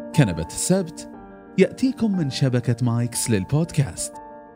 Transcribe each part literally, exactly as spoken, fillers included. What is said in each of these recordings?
كنبة السبت يأتيكم من شبكة مايكس للبودكاست.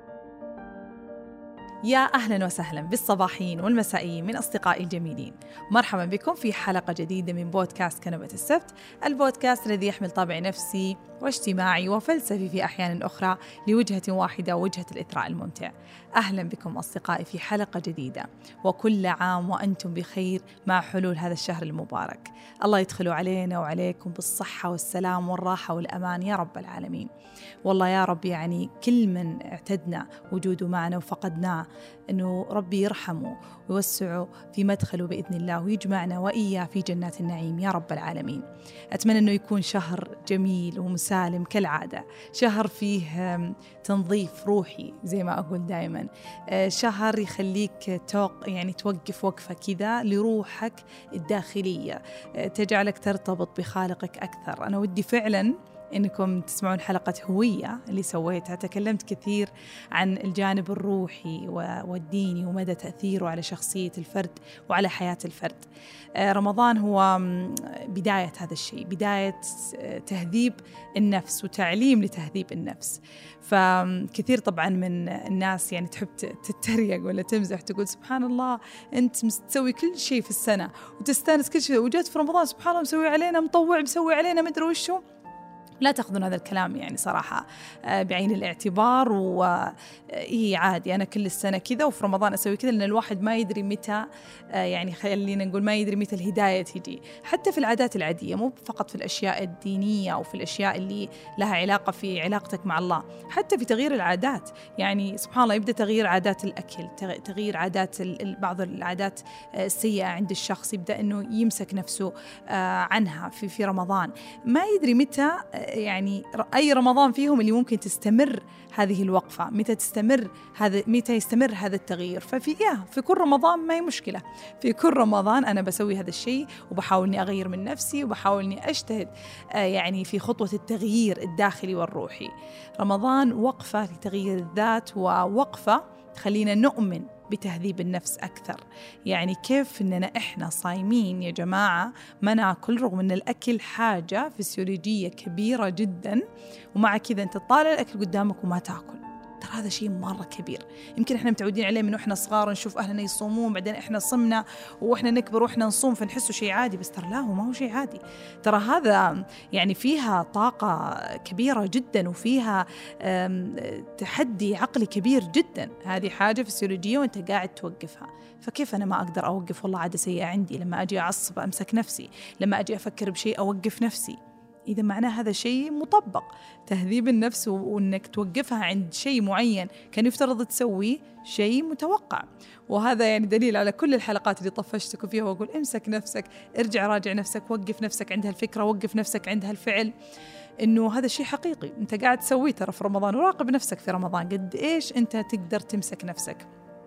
يا أهلاً وسهلاً بالصباحيين والمسائيين من أصدقائي الجميلين. مرحباً بكم في حلقة جديدة من بودكاست كنبة السبت، البودكاست الذي يحمل طابع نفسي واجتماعي وفلسفي في أحيان أخرى لوجهة واحدة، وجهة الإثراء الممتع. أهلاً بكم أصدقائي في حلقة جديدة، وكل عام وأنتم بخير مع حلول هذا الشهر المبارك. الله يدخلوا علينا وعليكم بالصحة والسلام والراحة والأمان يا رب العالمين. والله يا رب، يعني كل من اعتدنا وجوده معنا وفقدناه أنه ربي يرحمه ويوسعه في مدخله بإذن الله، ويجمعنا وإياه في جنات النعيم يا رب العالمين. أتمنى أنه يكون شهر جميل ومسالم كالعادة، شهر فيه تنظيف روحي زي ما أقول دائما، شهر يخليك توق يعني توقف وقفة كذا لروحك الداخلية، تجعلك ترتبط بخالقك أكثر. أنا ودي فعلا إنكم تسمعون حلقة هوية اللي سويتها، تكلمت كثير عن الجانب الروحي والديني ومدى تأثيره على شخصية الفرد وعلى حياة الفرد. رمضان هو بداية هذا الشيء، بداية تهذيب النفس وتعليم لتهذيب النفس. فكثير طبعا من الناس يعني تحب تتريق ولا تمزح، تقول سبحان الله أنت تسوي كل شيء في السنة وتستانس كل شيء، وجات في رمضان سبحان الله مسوي علينا مطوع، مسوي علينا مدري وشو. لا تأخذون هذا الكلام يعني صراحة بعين الاعتبار، وإيه عادي أنا كل السنة كذا وفي رمضان أسوي كذا، لأن الواحد ما يدري متى، يعني خلينا نقول ما يدري متى الهداية تجي، حتى في العادات العادية، مو فقط في الأشياء الدينية أو في الأشياء اللي لها علاقة في علاقتك مع الله، حتى في تغيير العادات. يعني سبحان الله يبدأ تغيير عادات الأكل، تغيير عادات بعض العادات السيئة عند الشخص، يبدأ أنه يمسك نفسه عنها في في رمضان، ما يدري متى يعني أي رمضان فيهم اللي ممكن تستمر هذه الوقفة، متى تستمر هذا، متى يستمر هذا التغيير. ففي إيه في كل رمضان ما هي مشكلة، في كل رمضان أنا بسوي هذا الشيء وبحاول إني أغير من نفسي وبحاول إني أجتهد يعني في خطوة التغيير الداخلي والروحي. رمضان وقفة لتغيير الذات، ووقفة خلينا نؤمن بتهذيب النفس أكثر. يعني كيف إننا إحنا صايمين يا جماعة ما ناكل، رغم إن الأكل حاجة فسيولوجية كبيرة جدا، ومع كذا أنت تطالع الأكل قدامك وما تاكل. ترى هذا شيء مرة كبير. يمكن إحنا متعودين عليه من وإحنا صغار، نشوف أهلنا يصومون بعدين إحنا صمنا وإحنا نكبر وإحنا نصوم فنحسه شيء عادي، بس ترى لا، هو ما هو شيء عادي. ترى هذا يعني فيها طاقة كبيرة جدا، وفيها تحدي عقلي كبير جدا. هذه حاجة فسيولوجية وإنت قاعد توقفها. فكيف أنا ما أقدر أوقف؟ والله عادة سيئة عندي، لما أجي أعصب أمسك نفسي، لما أجي أفكر بشيء أوقف نفسي. إذا معناه هذا شيء مطبق، تهذيب النفس وأنك توقفها عند شيء معين كان يفترض تسوي شيء متوقع. وهذا يعني دليل على كل الحلقات اللي طفشتكم فيها وأقول امسك نفسك، ارجع راجع نفسك، وقف نفسك عند هالفكرة، وقف نفسك عند هالفعل، إنه هذا شيء حقيقي أنت قاعد تسويه ترى في رمضان. وراقب نفسك في رمضان قد إيش أنت تقدر تمسك نفسك.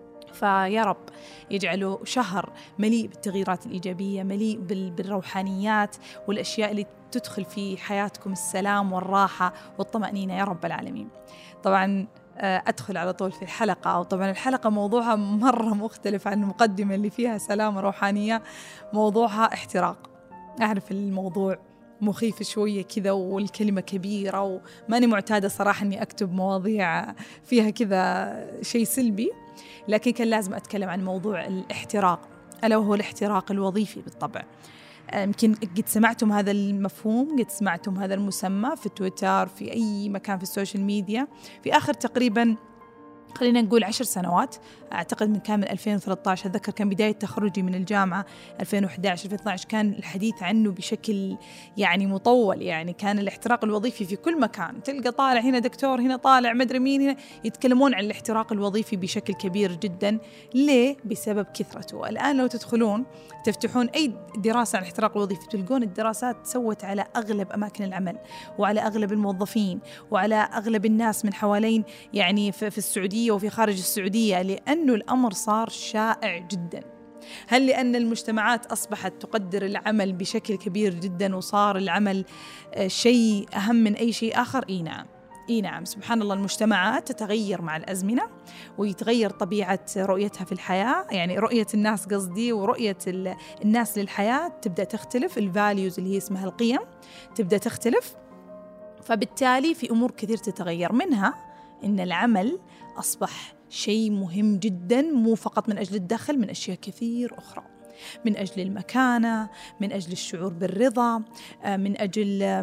فيا رب يجعله شهر مليء بالتغييرات الإيجابية، مليء بالروحانيات والأشياء اللي تدخل في حياتكم السلام والراحة والطمأنينة يا رب العالمين. طبعا أدخل على طول في الحلقة، وطبعا الحلقة موضوعها مرة مختلف عن المقدمة اللي فيها سلام وروحانية. موضوعها احتراق. أعرف الموضوع مخيف شوية كذا والكلمة كبيرة، وماني معتادة صراحة أني أكتب مواضيع فيها كذا شيء سلبي، لكن كان لازم أتكلم عن موضوع الاحتراق، ألا وهو الاحتراق الوظيفي بالطبع. يمكن قد سمعتم هذا المفهوم، قد سمعتم هذا المسمى في تويتر، في أي مكان في السوشيال ميديا في آخر تقريباً خلينا نقول عشر سنوات. أعتقد من كان من ألفين وثلاثة عشر، أتذكر كان بداية تخرجي من الجامعة ألفين وأحد عشر ألفين واثني عشر، كان الحديث عنه بشكل يعني مطول. يعني كان الاحتراق الوظيفي في كل مكان، تلقى طالع هنا دكتور، هنا طالع مدري مين، هنا يتكلمون عن الاحتراق الوظيفي بشكل كبير جدا. ليه؟ بسبب كثرته. الآن لو تدخلون تفتحون أي دراسة عن الاحتراق الوظيفي تلقون الدراسات سوت على أغلب أماكن العمل، وعلى أغلب الموظفين، وعلى أغلب الناس من حوالين يعني في السعودية وفي خارج السعودية، لأنه الأمر صار شائع جدا. هل لأن المجتمعات أصبحت تقدر العمل بشكل كبير جدا وصار العمل شيء أهم من أي شيء آخر؟ إيه نعم، إيه نعم، سبحان الله. المجتمعات تتغير مع الأزمنة ويتغير طبيعة رؤيتها في الحياة، يعني رؤية الناس قصدي، ورؤية الناس للحياة تبدأ تختلف. الفاليوز اللي هي اسمها القيم تبدأ تختلف. فبالتالي في أمور كثير تتغير، منها إن العمل أصبح شيء مهم جدا، مو فقط من أجل الدخل، من أشياء كثير أخرى، من أجل المكانة، من أجل الشعور بالرضا، من أجل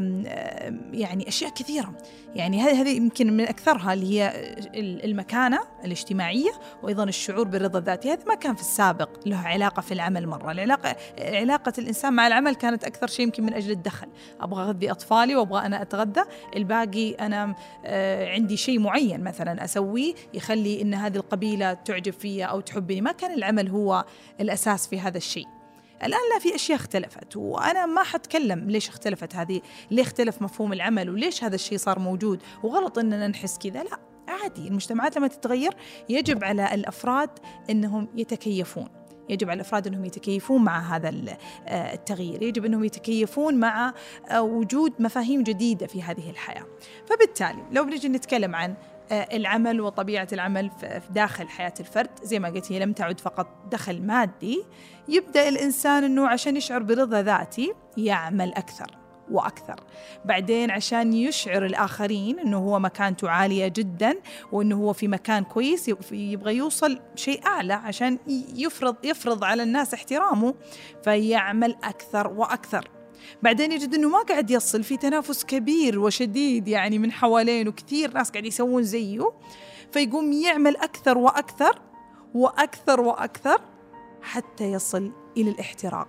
يعني أشياء كثيرة. يعني هذه يمكن من أكثرها اللي هي المكانة الاجتماعية، وأيضا الشعور بالرضا الذاتي. هذا ما كان في السابق له علاقة في العمل مرة. العلاقة علاقة الإنسان مع العمل كانت أكثر شيء يمكن من أجل الدخل، أبغى أغذي أطفالي وأبغى أنا أتغذى، الباقي أنا عندي شيء معين مثلا أسويه يخلي إن هذه القبيلة تعجب فيها أو تحبني. ما كان العمل هو الأساس في هذا الشيء. الآن لا، في أشياء اختلفت، وأنا ما حتكلم ليش اختلفت هذه، ليه اختلف مفهوم العمل وليش هذا الشيء صار موجود وغلط إننا نحس كذا. لا، عادي. المجتمعات لما تتغير يجب على الأفراد أنهم يتكيفون، يجب على الأفراد أنهم يتكيفون مع هذا التغيير، يجب أنهم يتكيفون مع وجود مفاهيم جديدة في هذه الحياة. فبالتالي لو بنجي نتكلم عن العمل وطبيعة العمل في داخل حياة الفرد، زي ما قلت هي لم تعد فقط دخل مادي. يبدأ الإنسان أنه عشان يشعر برضا ذاتي يعمل أكثر وأكثر، بعدين عشان يشعر الآخرين أنه هو مكانته عالية جدا وأنه هو في مكان كويس، يبغى يوصل شيء أعلى عشان يفرض يفرض على الناس احترامه، فيعمل أكثر وأكثر. بعدين يجد أنه ما قاعد يصل، في تنافس كبير وشديد يعني من حوالين، وكثير ناس قاعد يسوون زيه، فيقوم يعمل أكثر وأكثر وأكثر وأكثر حتى يصل إلى الاحتراق.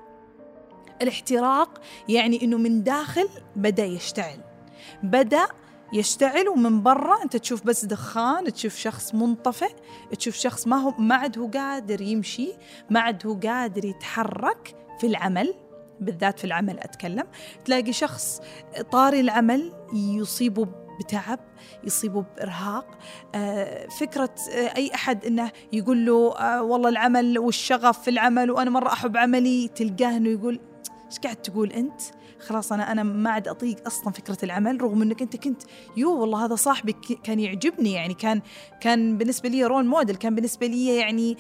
الاحتراق يعني أنه من داخل بدأ يشتعل، بدأ يشتعل ومن برا أنت تشوف بس دخان، تشوف شخص منطفئ، تشوف شخص ما هو ما عاد هو قادر يمشي، ما عاد هو قادر يتحرك في العمل، بالذات في العمل أتكلم. تلاقي شخص طاري العمل يصيبه بتعب، يصيبه بإرهاق. آه فكرة آه أي أحد إنه يقول له آه والله العمل والشغف في العمل وأنا مرة أحب عملي، تلقاه إنه يقول إيش قاعد تقول أنت؟ خلاص أنا أنا ما عاد أطيق أصلاً فكرة العمل، رغم إنك أنت كنت يو والله هذا صاحبي كان يعجبني، يعني كان كان بالنسبة لي رول موديل، كان بالنسبة لي يعني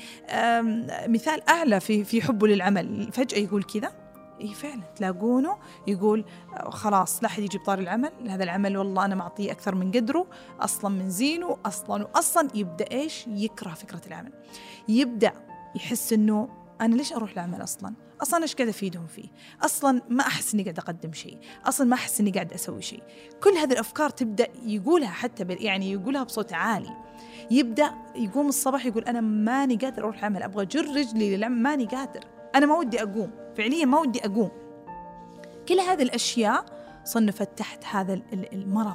مثال أعلى في في حبه للعمل. فجأة يقول كذا. إيه فعلا تلاقونه يقول خلاص لا أحد يجي بطار العمل، هذا العمل والله أنا معطيه أكثر من قدره، أصلا من زينه، أصلا وأصلا يبدأ إيش يكره فكرة العمل، يبدأ يحس إنه أنا ليش أروح العمل أصلا، أصلا إيش قاعد أفيدهم فيه، أصلا ما أحس إني قاعد أقدم شيء، أصلا ما أحس إني قاعد أسوي شيء. كل هذه الأفكار تبدأ يقولها، حتى يعني يقولها بصوت عالي. يبدأ يقوم الصباح يقول أنا ماني قادر أروح العمل، أبغى جر رجلي للعمل، ماني قادر، أنا ما ودي أقوم، فعليا ما ودي أقوم. كل هذه الأشياء صنفت تحت هذا المرض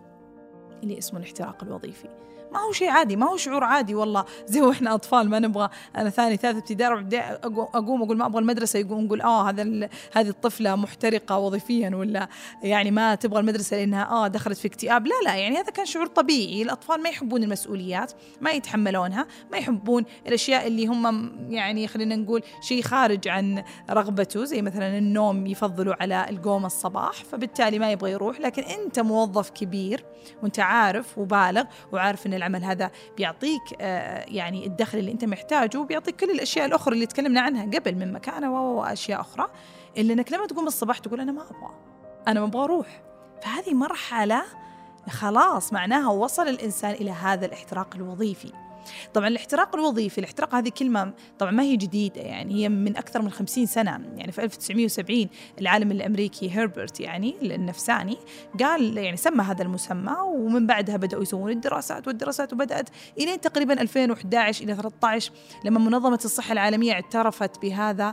اللي اسمه الاحتراق الوظيفي. ما هو شيء عادي، ما هو شعور عادي والله زي وإحنا أطفال ما نبغى، أنا ثاني ثالث ابتدائي أقوم أقول ما أبغى المدرسة، يقوم نقول آه هذا هذه الطفلة محترقة وظيفيا، ولا يعني ما تبغى المدرسة لأنها آه دخلت في اكتئاب. لا لا يعني هذا كان شعور طبيعي. الأطفال ما يحبون المسؤوليات، ما يتحملونها، ما يحبون الأشياء اللي هم يعني خلينا نقول شيء خارج عن رغبته، زي مثلا النوم يفضلوا على القوم الصباح، فبالتالي ما يبغى يروح. لكن أنت موظف كبير وأنت عارف وبالغ وعارف أن العمل هذا بيعطيك آه يعني الدخل اللي أنت محتاجه، وبيعطيك كل الأشياء الأخرى اللي تكلمنا عنها قبل من مكانة وأشياء أخرى، إلا أنك لما تقوم الصباح تقول أنا ما أبغى، أنا ما أبغى أروح. فهذه مرحلة خلاص معناها وصل الإنسان إلى هذا الاحتراق الوظيفي. طبعا الاحتراق الوظيفي، الاحتراق هذه كلمة طبعا ما هي جديدة، يعني هي من أكثر من خمسين سنة. يعني في ألف وتسعمائة وسبعين العالم الأمريكي هيربرت يعني النفساني قال يعني سمى هذا المسمى، ومن بعدها بدأوا يسوون الدراسات والدراسات، وبدأت إلى تقريبا ألفين وأحد عشر إلى ثلاثة عشر لما منظمة الصحة العالمية اعترفت بهذا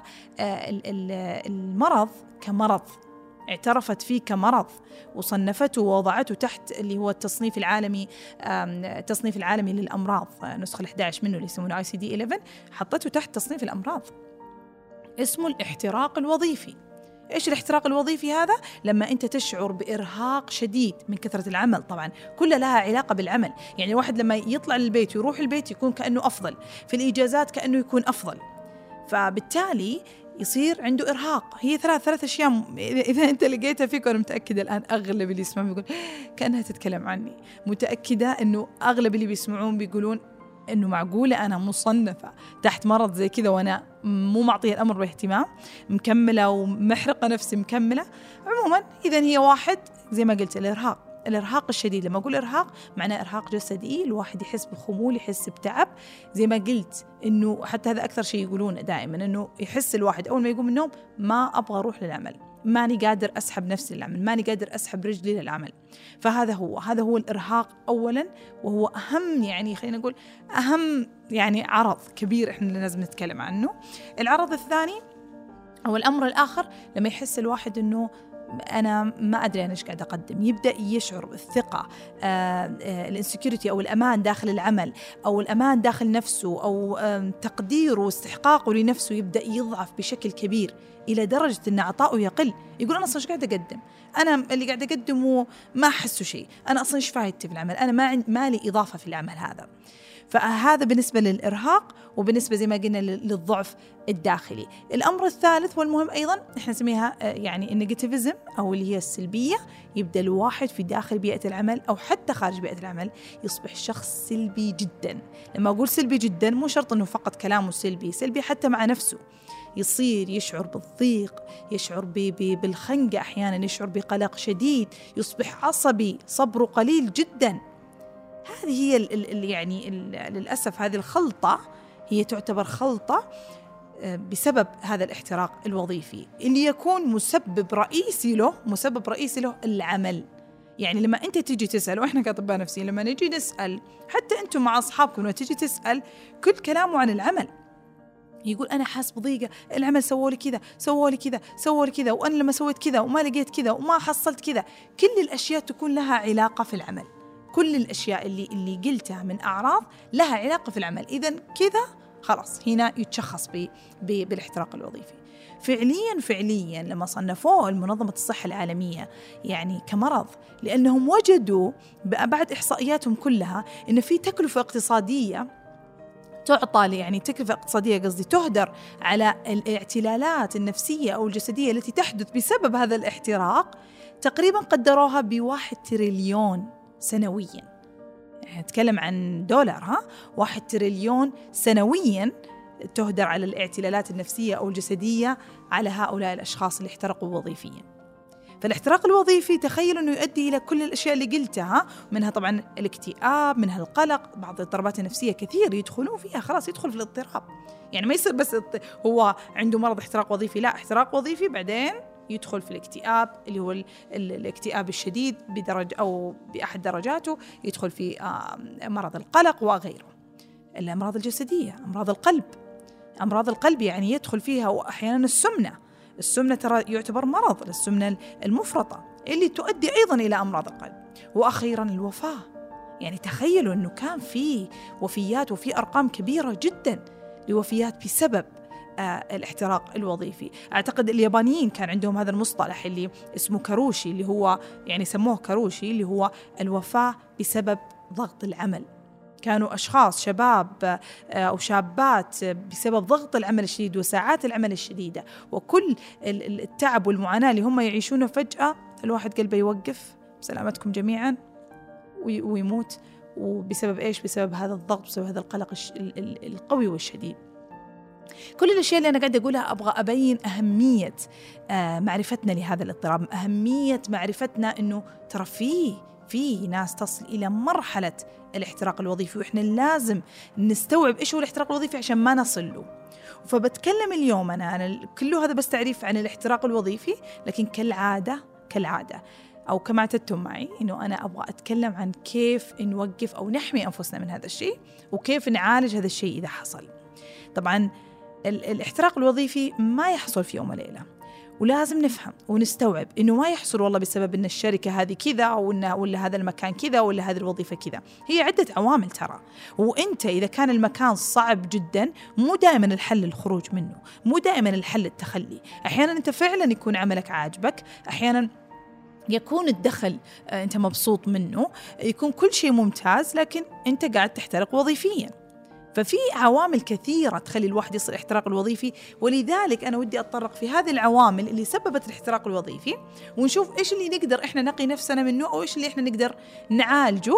المرض كمرض، اعترفت فيه كمرض وصنفته ووضعته تحت اللي هو التصنيف العالمي، التصنيف العالمي للأمراض، نسخة الأحد عشر منه اللي يسمونه آي سي دي إحدى عشر، حطته تحت تصنيف الأمراض اسمه الاحتراق الوظيفي. إيش الاحتراق الوظيفي هذا؟ لما أنت تشعر بإرهاق شديد من كثرة العمل. طبعا كلها لها علاقة بالعمل، يعني الواحد لما يطلع للبيت ويروح البيت يكون كأنه أفضل، في الإجازات كأنه يكون أفضل، فبالتالي يصير عنده إرهاق. هي ثلاث ثلاث أشياء إذا أنت لقيتها فيك، وأنا متأكدة الآن أغلب اللي يسمعون بيقول كأنها تتكلم عني، متأكدة أنه أغلب اللي بيسمعون بيقولون إنه معقولة أنا مصنفة تحت مرض زي كذا وأنا مو معطية الأمر باهتمام، مكملة ومحرقة نفسي مكملة. عموما إذا هي واحد زي ما قلت الإرهاق، الإرهاق الشديد. لما أقول إرهاق معناه إرهاق جسدي، الواحد يحس بخمول، يحس بتعب. زي ما قلت إنه حتى هذا أكثر شيء يقولون دائما، إنه يحس الواحد أول ما يقوم من النوم ما أبغى أروح للعمل، ماني قادر أسحب نفسي للعمل، ماني قادر أسحب رجلي للعمل. فهذا هو هذا هو الإرهاق أولا، وهو أهم يعني خلينا نقول أهم يعني عرض كبير إحنا لازم نتكلم عنه. العرض الثاني أو الأمر الآخر لما يحس الواحد إنه أنا ما أدري أنا إيش قاعد أقدم، يبدأ يشعر بالثقة، الانسكيورتي أو الأمان داخل العمل أو الأمان داخل نفسه أو تقديره واستحقاقه لنفسه يبدأ يضعف بشكل كبير إلى درجة أن عطاؤه يقل. يقول أنا أصلاً إيش قاعد أقدم، أنا اللي قاعد أقدمه ما أحسه شيء، أنا أصلاً إيش فايدتي في العمل، أنا ما ما لي إضافة في العمل هذا. فهذا بالنسبة للإرهاق، وبالنسبة زي ما قلنا للضعف الداخلي. الأمر الثالث والمهم أيضا إحنا نسميها يعني النيجاتيفيزم أو اللي هي السلبية. يبدأ الواحد في داخل بيئة العمل أو حتى خارج بيئة العمل يصبح شخص سلبي جدا. لما أقول سلبي جدا مو شرط أنه فقط كلامه سلبي، سلبي حتى مع نفسه. يصير يشعر بالضيق، يشعر بالخنقة، أحيانا يشعر بقلق شديد، يصبح عصبي، صبره قليل جدا. هذه هي ال ال يعني ال للأسف هذه الخلطة هي تعتبر خلطة بسبب هذا الاحتراق الوظيفي اللي يكون مسبب رئيسي له مسبب رئيسي له العمل. يعني لما أنت تيجي تسأل، وإحنا كأطباء نفسيين لما نجي نسأل حتى أنتم مع أصحابكم لما تيجي تسأل كل كلامه عن العمل، يقول أنا حاس بضيقة، العمل سووا لي كذا سووا لي كذا سووا لي كذا، وأنا لما سويت كذا وما لقيت كذا وما حصلت كذا. كل الأشياء تكون لها علاقة في العمل، كل الأشياء اللي اللي قلتها من أعراض لها علاقة في العمل. إذن كذا خلاص هنا يتشخص ب ب بالاحتراق الوظيفي. فعليا فعليا لما صنفوه المنظمة الصحة العالمية يعني كمرض، لأنهم وجدوا بعد إحصائياتهم كلها إن في تكلفة اقتصادية تعطى لي يعني تكلفة اقتصادية قصدي تهدر على الاعتلالات النفسية أو الجسدية التي تحدث بسبب هذا الاحتراق، تقريبا قدروها بواحد تريليون سنويا. نتكلم عن دولار، ها واحد تريليون سنويا تهدر على الاعتلالات النفسية أو الجسدية على هؤلاء الأشخاص اللي احترقوا وظيفيا. فالاحتراق الوظيفي تخيل أنه يؤدي إلى كل الأشياء اللي قلتها، منها طبعا الاكتئاب، منها القلق، بعض الاضطرابات النفسية كثير يدخلون فيها، خلاص يدخل في الاضطراب. يعني ما يصير بس هو عنده مرض احتراق وظيفي، لا، احتراق وظيفي بعدين يدخل في الاكتئاب اللي هو ال ال الاكتئاب الشديد بدرجة أو بأحد درجاته، يدخل في مرض القلق وغيره. الأمراض الجسدية، أمراض القلب، أمراض القلب يعني يدخل فيها وأحيانا السمنة. السمنة ترى يعتبر مرض، السمنة المفرطة اللي تؤدي أيضا إلى أمراض القلب. وأخيرا الوفاة، يعني تخيلوا أنه كان في وفيات وفي أرقام كبيرة جدا لوفيات بسبب آه الاحتراق الوظيفي. أعتقد اليابانيين كان عندهم هذا المصطلح اللي اسمه كاروشي، اللي هو يعني سموه كاروشي اللي هو الوفاة بسبب ضغط العمل. كانوا أشخاص شباب أو شابات بسبب ضغط العمل الشديد وساعات العمل الشديدة وكل التعب والمعاناة اللي هم يعيشونه، فجأة الواحد قلبه يوقف، سلامتكم جميعا، ويموت. وبسبب إيش؟ بسبب هذا الضغط، بسبب هذا القلق القوي والشديد. كل الأشياء اللي أنا قاعدة أقولها أبغى أبين أهمية معرفتنا لهذا الاضطراب، أهمية معرفتنا أنه ترى فيه في ناس تصل إلى مرحلة الاحتراق الوظيفي، وإحنا لازم نستوعب إيش هو الاحتراق الوظيفي عشان ما نصل له. فبتكلم اليوم أنا, أنا كله هذا بس تعريف عن الاحتراق الوظيفي، لكن كالعادة كالعادة أو كما اعتدتم معي إنه أنا أبغى أتكلم عن كيف نوقف أو نحمي أنفسنا من هذا الشيء، وكيف نعالج هذا الشيء إذا حصل. طبعا الاحتراق الوظيفي ما يحصل في يوم وليلة، ولازم نفهم ونستوعب إنه ما يحصل والله بسبب إن الشركة هذه كذا ولا ولا هذا المكان كذا ولا هذه الوظيفة كذا. هي عدة عوامل ترى، وإنت إذا كان المكان صعب جدا مو دائما الحل الخروج منه، مو دائما الحل التخلي. أحيانا أنت فعلا يكون عملك عاجبك، أحيانا يكون الدخل أنت مبسوط منه، يكون كل شيء ممتاز، لكن أنت قاعد تحترق وظيفيا. ففي عوامل كثيرة تخلي الواحد يصل الاحتراق الوظيفي، ولذلك أنا ودي أتطرق في هذه العوامل اللي سببت الاحتراق الوظيفي، ونشوف إيش اللي نقدر إحنا نقي نفسنا منه، أو إيش اللي إحنا نقدر نعالجه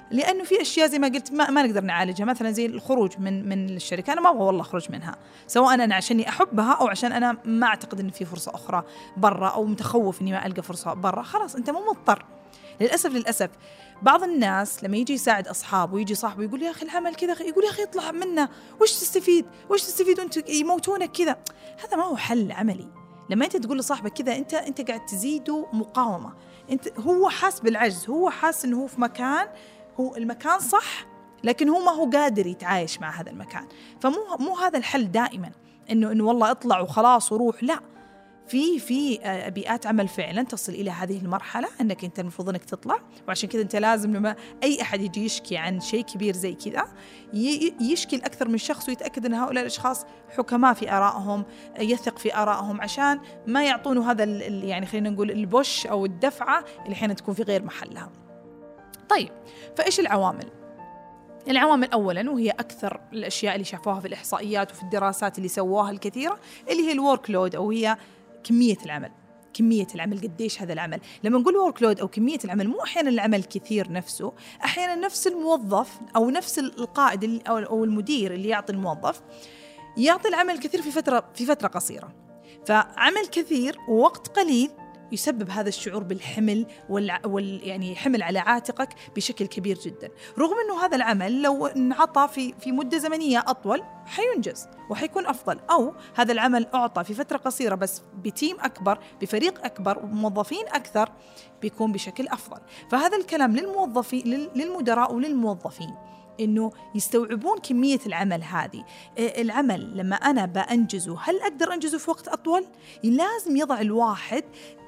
لأنه في أشياء زي ما قلت ما, ما نقدر نعالجها، مثلا زي الخروج من من الشركة، أنا ما أبغى والله أخرج منها، سواء أنا عشاني أحبها أو عشان أنا ما أعتقد إن في فرصة أخرى برا، أو متخوف إني ما ألقى فرصة برا. خلاص أنت مو مضطر. للأسف للأسف بعض الناس لما يجي يساعد أصحابه ويجي صاحبه يقول يا أخي العمل كذا، يقول يا أخي اطلع منه، وش تستفيد وش تستفيد وأنت يموتونك كذا. هذا ما هو حل عملي. لما أنت تقول لصاحبك كذا أنت أنت قاعد تزيده مقاومة. أنت هو حاس بالعجز، هو حاس إنه هو في مكان، هو المكان صح لكن هو ما هو قادر يتعايش مع هذا المكان. فمو مو هذا الحل دائما إنه إنه والله اطلع وخلاص وروح، لا. في في بيئات عمل فعلا تصل إلى هذه المرحلة أنك أنت المفروض أنك تطلع. وعشان كذا أنت لازم لما أي أحد يجي يشكي عن شيء كبير زي كذا يشكي لأكثر من شخص ويتأكد أن هؤلاء الأشخاص حكماء في آرائهم، يثق في آرائهم، عشان ما يعطونه هذا يعني خلينا نقول البوش أو الدفعة اللي حين تكون في غير محلها. طيب فإيش العوامل؟ العوامل أولاً، وهي أكثر الأشياء اللي شافوها في الإحصائيات وفي الدراسات اللي سووها الكثيرة، اللي هي الورك لود، أو هي كمية العمل. كمية العمل قديش هذا العمل. لما نقول ورك لود أو كمية العمل، مو أحياناً العمل كثير نفسه، أحياناً نفس الموظف أو نفس القائد أو المدير اللي يعطي الموظف يعطي العمل كثير في فترة في فترة قصيرة. فعمل كثير ووقت قليل يسبب هذا الشعور بالحمل وال... وال يعني حمل على عاتقك بشكل كبير جدا، رغم أنه هذا العمل لو انعطى في في مدة زمنية أطول حينجز وحيكون أفضل، أو هذا العمل أعطى في فترة قصيرة بس بتيم أكبر بفريق أكبر وموظفين أكثر بيكون بشكل أفضل. فهذا الكلام للموظفين للمدراء وللموظفين، إنه يستوعبون كمية العمل هذه. العمل لما أنا بأنجزه، هل أقدر أنجزه في وقت أطول؟ لازم يضع الواحد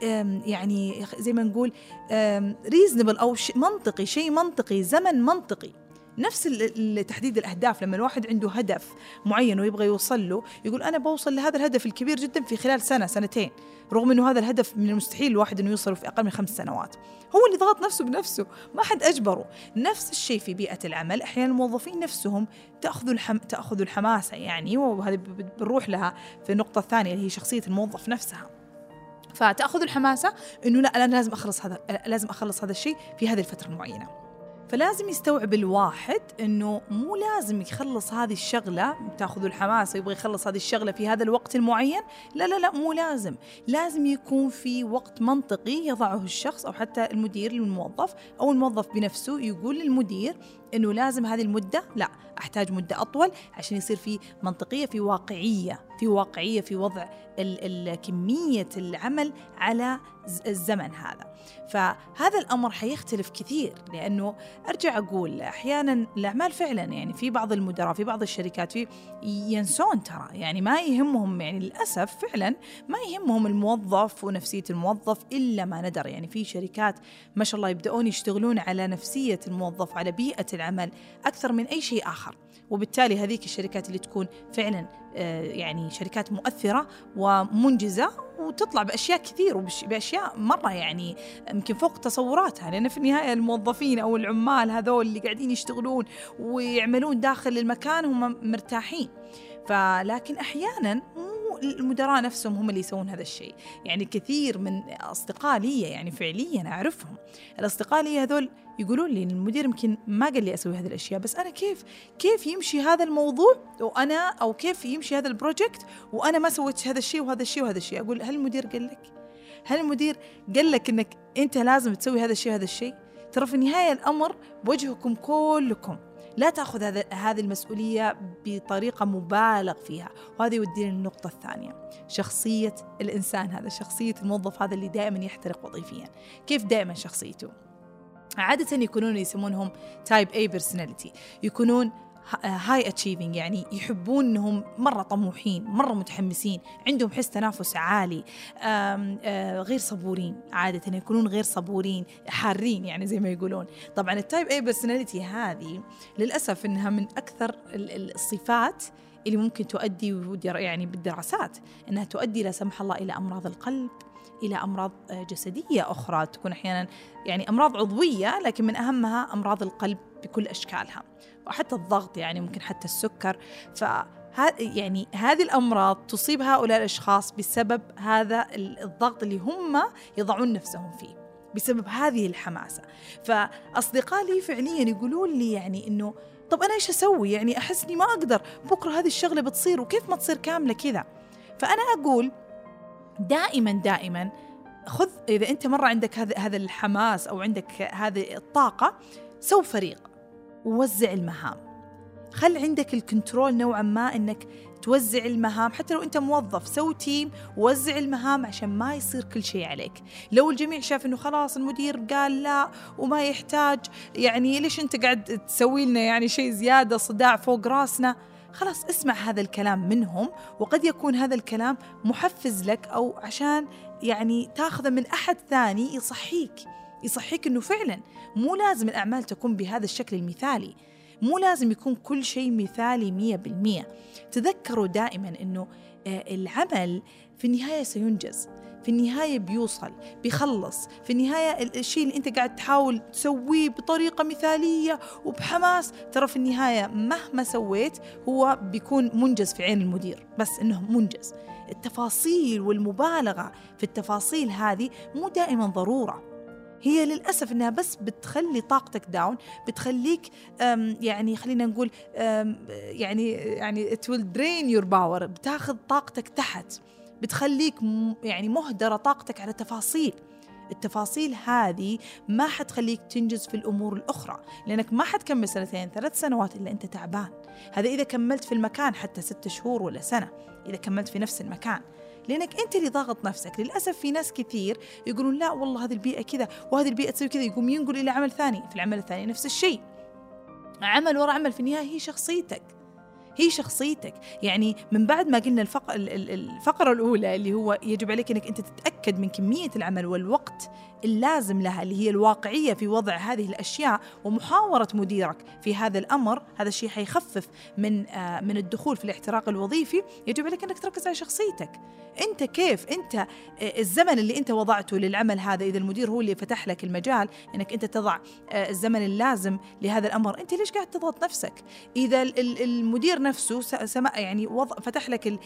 يعني زي ما نقول reasonable أو منطقي، شيء منطقي، زمن منطقي. نفس تحديد الأهداف، لما الواحد عنده هدف معين ويبغى يوصل له، يقول أنا بوصل لهذا الهدف الكبير جدا في خلال سنة سنتين، رغم أنه هذا الهدف من المستحيل الواحد أنه يوصله في أقل من خمس سنوات. هو اللي ضغط نفسه بنفسه، ما حد أجبره. نفس الشيء في بيئة العمل، أحيانا الموظفين نفسهم تأخذ الحم... تأخذ الحماسة يعني، وهذه بنروح لها في النقطة الثانية اللي هي شخصية الموظف نفسها. فتأخذ الحماسة إنه لا أنا لازم أخلص هذا لازم أخلص هذا الشيء في هذه الفترة المعينة. فلازم يستوعب الواحد إنه مو لازم يخلص هذه الشغلة، تأخذ الحماسة يبغى يخلص هذه الشغلة في هذا الوقت المعين، لا لا لا مو لازم. لازم يكون في وقت منطقي يضعه الشخص أو حتى المدير للموظف، أو الموظف بنفسه يقول للمدير إنه لازم هذه المدة، لا أحتاج مدة أطول عشان يصير في منطقية، في واقعية في واقعية في وضع كمية العمل على الزمن هذا. فهذا الأمر حيختلف كثير، لأنه أرجع أقول أحيانا الأعمال فعلا يعني في بعض المدراء في بعض الشركات في ينسون ترى، يعني ما يهمهم، يعني للأسف فعلا ما يهمهم الموظف ونفسية الموظف إلا ما ندر. يعني في شركات ما شاء الله يبدأون يشتغلون على نفسية الموظف، على بيئة العمل أكثر من أي شيء آخر، وبالتالي هذيك الشركات اللي تكون فعلا يعني شركات مؤثرة ومنجزة وتطلع بأشياء كثير وبأشياء مرة يعني يمكن فوق تصوراتها، لأن في النهاية الموظفين أو العمال هذول اللي قاعدين يشتغلون ويعملون داخل المكان هم مرتاحين. فلكن أحيانا المدراء نفسهم هم اللي يسوون هذا الشيء. يعني كثير من أصدقاء لي يعني فعليا أعرفهم، الأصدقاء لي هذول يقولون لي المدير يمكن ما قال لي أسوي هذه الأشياء، بس أنا كيف كيف يمشي هذا الموضوع وأنا أو كيف يمشي هذا البروجكت وأنا ما سويت هذا الشيء وهذا الشيء وهذا الشيء. أقول هل المدير قال لك؟ هل المدير قال لك إنك أنت لازم تسوي هذا الشيء وهذا الشيء؟ ترى في النهاية الأمر بوجهكم كلكم، لا تأخذ هذا هذه المسؤولية بطريقة مبالغ فيها. وهذا يودينا للنقطة الثانية، شخصية الإنسان هذا، شخصية الموظف هذا اللي دائما يحترق وظيفيا. كيف دائما شخصيته؟ عادة يكونون يسمونهم تايب A personality، يكونون هاي اتشيفينج، يعني يحبون انهم مره طموحين، مره متحمسين، عندهم حس تنافس عالي، آم آم غير صبورين، عاده يكونون غير صبورين، حارين يعني زي ما يقولون. طبعا التايب A بيرسوناليتي هذه للاسف انها من اكثر الصفات اللي ممكن تؤدي يعني بالدراسات انها تؤدي لا سمح الله الى امراض القلب، إلى أمراض جسدية أخرى تكون أحيانا يعني أمراض عضوية، لكن من أهمها أمراض القلب بكل أشكالها، وحتى الضغط يعني ممكن حتى السكر. فه يعني هذه الأمراض تصيب هؤلاء الأشخاص بسبب هذا الضغط اللي هم يضعون نفسهم فيه. بسبب هذه الحماسة. فأصدقاء لي فعليا يقولون لي يعني إنه طب أنا إيش أسوي؟ يعني أحس إني ما أقدر، بكرة هذه الشغلة بتصير وكيف ما تصير كاملة كذا. فأنا أقول دائما دائما خذ، إذا أنت مرة عندك هذا هذا الحماس أو عندك هذه الطاقة، سو فريق ووزع المهام. خل عندك الكنترول نوعا ما إنك توزع المهام. حتى لو أنت موظف سو تيم، وزع المهام عشان ما يصير كل شيء عليك. لو الجميع شاف إنه خلاص المدير قال لا وما يحتاج، يعني ليش أنت قاعد تسوي لنا يعني شيء زيادة، صداع فوق راسنا، خلاص اسمع هذا الكلام منهم. وقد يكون هذا الكلام محفز لك، أو عشان يعني تاخذه من أحد ثاني يصحيك يصحيك إنه فعلا مو لازم الأعمال تكون بهذا الشكل المثالي، مو لازم يكون كل شيء مثالي مية بالمية. تذكروا دائما إنه العمل في النهاية سينجز، في النهاية بيوصل بيخلص، في النهاية الشيء اللي أنت قاعد تحاول تسويه بطريقة مثالية وبحماس، ترى في النهاية مهما سويت هو بيكون منجز في عين المدير، بس إنه منجز. التفاصيل والمبالغة في التفاصيل هذه مو دائما ضرورة، هي للأسف إنها بس بتخلي طاقتك داون، بتخليك يعني خلينا نقول يعني يعني it will drain your power، بتاخذ طاقتك تحت، بتخليك يعني مهدرة طاقتك على تفاصيل. التفاصيل هذه ما حتخليك تنجز في الأمور الأخرى، لأنك ما حتكمل سنتين ثلاث سنوات إلا أنت تعبان. هذا إذا كملت في المكان حتى ست شهور ولا سنة، إذا كملت في نفس المكان، لأنك أنت اللي ضاغط نفسك. للأسف في ناس كثير يقولون لا والله هذه البيئة كذا وهذه البيئة تسوي كذا، يقوم ينقل إلى عمل ثاني، في العمل الثاني نفس الشيء، عمل وراء عمل. في النهاية هي شخصيتك، هي شخصيتك. يعني من بعد ما قلنا الفق... الفقرة الأولى اللي هو يجب عليك أنك أنت تتأكد من كمية العمل والوقت اللازم لها، اللي هي الواقعية في وضع هذه الأشياء ومحاورة مديرك في هذا الأمر، هذا الشيء حيخفف من آه من الدخول في الاحتراق الوظيفي. يجب عليك أنك تركز على شخصيتك، أنت كيف أنت آه الزمن اللي أنت وضعته للعمل هذا، إذا المدير هو اللي فتح لك المجال أنك أنت تضع آه الزمن اللازم لهذا الأمر، أنت ليش قاعد تضغط نفسك؟ إذا المدير نفسه سمع يعني وضع فتح لك ال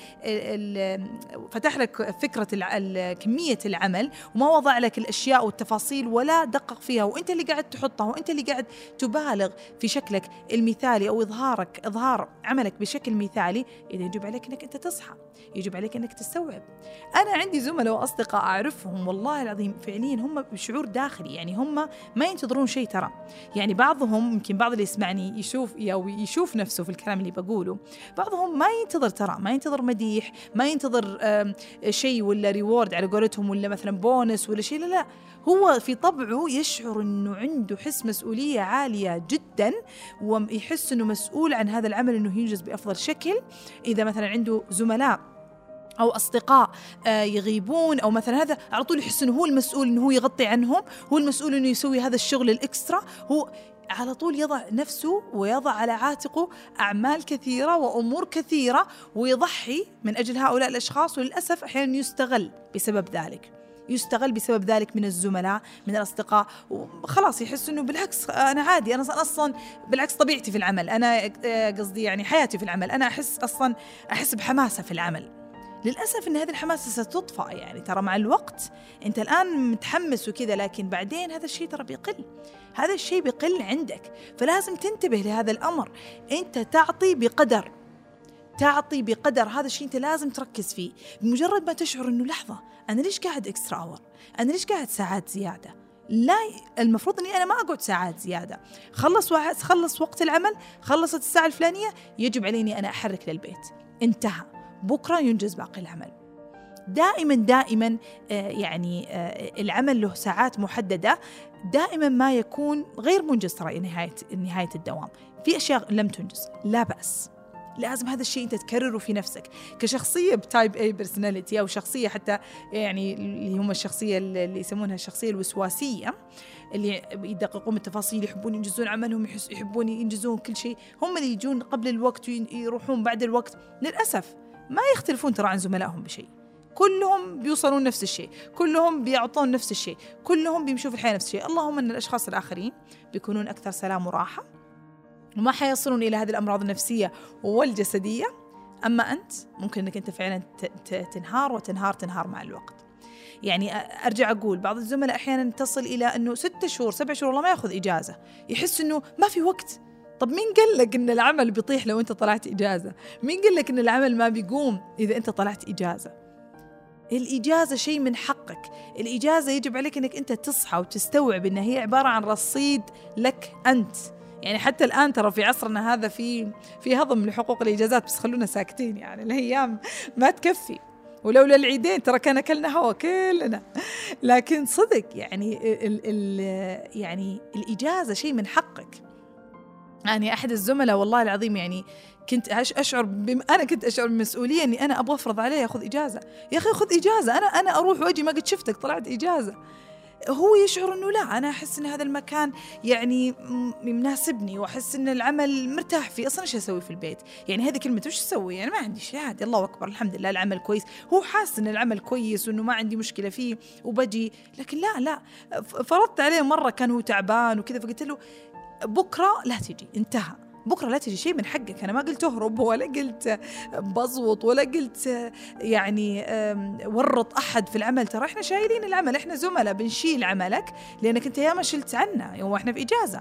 ال فتح لك فكرة كمية العمل وما وضع لك الأشياء والتفاصيل ولا دقق فيها، وأنت اللي قاعد تحطها، وأنت اللي قاعد تبالغ في شكلك المثالي أو إظهارك إظهار عملك بشكل مثالي، إذا يجب عليك أنك أنت تصحى، يجب عليك أنك تستوعب. أنا عندي زملاء وأصدقاء أعرفهم والله العظيم فعليا هم بشعور داخلي، يعني هم ما ينتظرون شيء ترى. يعني بعضهم يمكن بعض اللي يسمعني يشوف أو يشوف نفسه في الكلام اللي بقوله، بعضهم ما ينتظر ترى، ما ينتظر مديح، ما ينتظر شيء ولا ريورد على قولتهم، ولا مثلا بونس ولا شيء، لا لا، هو في طبعه يشعر أنه عنده حس مسؤولية عالية جدا، ويحس أنه مسؤول عن هذا العمل أنه ينجز بأفضل شكل. إذا مثلا عنده زملاء أو أصدقاء يغيبون أو مثلا هذا، على طول يحس أنه هو المسؤول، أنه هو يغطي عنهم، هو المسؤول أنه يسوي هذا الشغل الإكسترا، هو على طول يضع نفسه ويضع على عاتقه أعمال كثيرة وأمور كثيرة، ويضحي من أجل هؤلاء الأشخاص. وللأسف أحيانا يستغل بسبب ذلك، يستغل بسبب ذلك من الزملاء من الأصدقاء، وخلاص يحس أنه بالعكس أنا عادي، أنا أصلا بالعكس طبيعتي في العمل، أنا قصدي يعني حياتي في العمل، أنا أحس أصلا أحس بحماسة في العمل. للأسف أن هذه الحماسة ستطفأ، يعني ترى مع الوقت أنت الآن متحمس وكذا، لكن بعدين هذا الشيء ترى بيقل، هذا الشيء بيقل عندك. فلازم تنتبه لهذا الأمر، أنت تعطي بقدر، تعطي بقدر، هذا الشيء أنت لازم تركز فيه. بمجرد ما تشعر أنه لحظة أنا ليش قاعد إكسترا أور، أنا ليش قاعد ساعات زيادة، لا، المفروض أني أنا ما أقعد ساعات زيادة، خلص خلص وقت العمل، خلصت الساعة الفلانية، يجب عليني أنا أحرك للبيت، انتهى، بكرة ينجز باقي العمل. دائما دائما آه يعني آه العمل له ساعات محددة، دائما ما يكون غير منجز ترى نهاية نهاية الدوام. في أشياء لم تنجز لا بأس، لازم هذا الشيء أنت تكرره في نفسك كشخصية بتايب أي بيرسوناليتي، أو شخصية حتى يعني اللي هم الشخصية اللي يسمونها الشخصية الوسواسية، اللي يدققون التفاصيل، يحبون ينجزون عملهم، يحبون ينجزون كل شيء، هم اللي يجون قبل الوقت ويروحون بعد الوقت. للأسف ما يختلفون ترى عن زملائهم بشيء، كلهم بيوصلون نفس الشيء، كلهم بيعطون نفس الشيء، كلهم بيمشوا الحياة نفس الشيء. اللهم أن الأشخاص الآخرين بيكونون أكثر سلام وراحة وما حيصلون إلى هذه الأمراض النفسية والجسدية، أما أنت ممكن أنك أنت فعلا تنهار وتنهار تنهار مع الوقت. يعني أرجع أقول بعض الزملاء أحيانا تصل إلى أنه ستة شهور سبع شهور والله ما يأخذ إجازة، يحس أنه ما في وقت. طب مين قال لك أن العمل بيطيح لو أنت طلعت إجازة؟ مين قال لك أن العمل ما بيقوم إذا أنت طلعت إجازة؟ الإجازة شيء من حقك. الإجازة يجب عليك أنك أنت تصحى وتستوعب أنها هي عبارة عن رصيد لك أنت. يعني حتى الآن ترى في عصرنا هذا في في هضم لحقوق الإجازات، بس خلونا ساكتين، يعني الأيام ما تكفي، ولولا العيدين ترى كان أكلنا هوا كلنا. لكن صدق يعني ال ال يعني الإجازة شيء من حقك. يعني أحد الزملاء والله العظيم يعني كنت أشعر بم... أنا كنت أشعر بمسؤولية إني أنا أبغى أفرض عليه يأخذ إجازة. يا أخي خذ إجازة، أنا أنا أروح وأجي ما قد شفتك طلعت إجازة. هو يشعر إنه لا، أنا أحس إن هذا المكان يعني مناسبني وأحس إن العمل مرتاح فيه. أصلاً إيش أسوي في البيت؟ يعني هذه كلمة وش أسوي؟ يعني ما عندي شيء، عادي، الله أكبر، الحمد لله العمل كويس. هو حاسس إن العمل كويس وإنه ما عندي مشكلة فيه وبجي. لكن لا لا فرضت عليه مرة كان هو تعبان وكذا، فقلت له بكرة لا تجي، انتهى، بكرة لا تجي، شيء من حقك. أنا ما قلت أهرب ولا قلت بضوط ولا قلت يعني ورط أحد في العمل. ترى إحنا شايلين العمل، إحنا زملاء بنشيل عملك لأنك أنت ياما شلت عنا يوم إحنا في إجازة.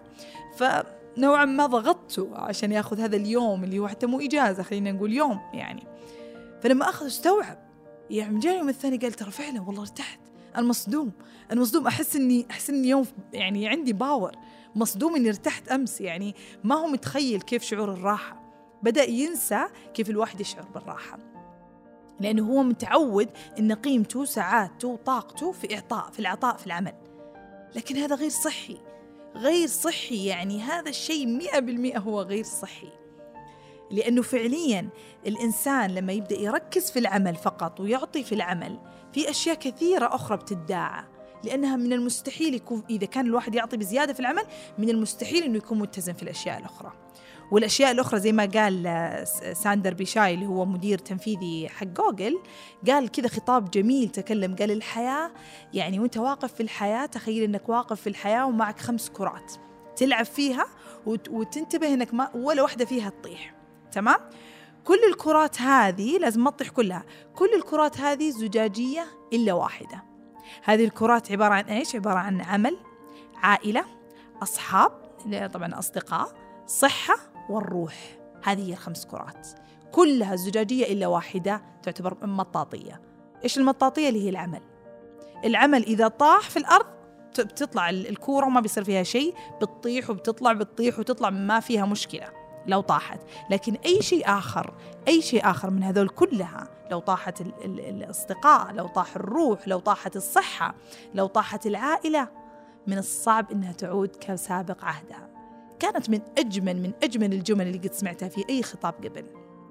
فنوعا ما ضغطته عشان يأخذ هذا اليوم اللي هو حتى مو إجازة، خلينا نقول يوم يعني. فلما أخذ استوعب، يعني جاء اليوم الثاني قال ترى فعلا والله ارتحت. المصدوم المصدوم أحس إني أحس إني يوم يعني عندي باور، مصدوم إني ارتحت أمس. يعني ما هو متخيل كيف شعور الراحة. بدأ ينسى كيف الواحد يشعر بالراحة، لأنه هو متعود إن قيمته ساعاته وطاقته في إعطاء في العطاء في العمل. لكن هذا غير صحي، غير صحي. يعني هذا الشيء مئة بالمئة هو غير صحي، لأنه فعليا الإنسان لما يبدأ يركز في العمل فقط ويعطي في العمل، في أشياء كثيرة أخرى بتداعى. لأنها من المستحيل يكون إذا كان الواحد يعطي بزيادة في العمل، من المستحيل إنه يكون متزن في الأشياء الأخرى. والأشياء الأخرى زي ما قال ساندر بيشاي اللي هو مدير تنفيذي حق جوجل، قال كذا خطاب جميل، تكلم قال الحياة يعني وانت واقف في الحياة، تخيل إنك واقف في الحياة ومعك خمس كرات تلعب فيها وتنتبه إنك ما ولا واحدة فيها تطيح. تمام؟ كل الكرات هذه لازم ما تطيح كلها. كل الكرات هذه زجاجية إلا واحدة. هذه الكرات عبارة عن إيش؟ عبارة عن عمل، عائلة، أصحاب، طبعا أصدقاء، صحة، والروح. هذه هي الخمس كرات كلها زجاجية إلا واحدة تعتبر مطاطية. إيش المطاطية؟ اللي هي العمل. العمل إذا طاح في الأرض بتطلع الكورة وما بيصير فيها شيء، بتطيح وبتطلع بتطيح وتطلع، ما فيها مشكلة لو طاحت. لكن أي شيء آخر أي شيء آخر من هذول كلها، لو طاحت ال ال الأصدقاء، لو طاح الروح، لو طاحت الصحة، لو طاحت العائلة، من الصعب إنها تعود كسابق عهدها. كانت من أجمل من أجمل الجمل اللي قد سمعتها في أي خطاب قبل.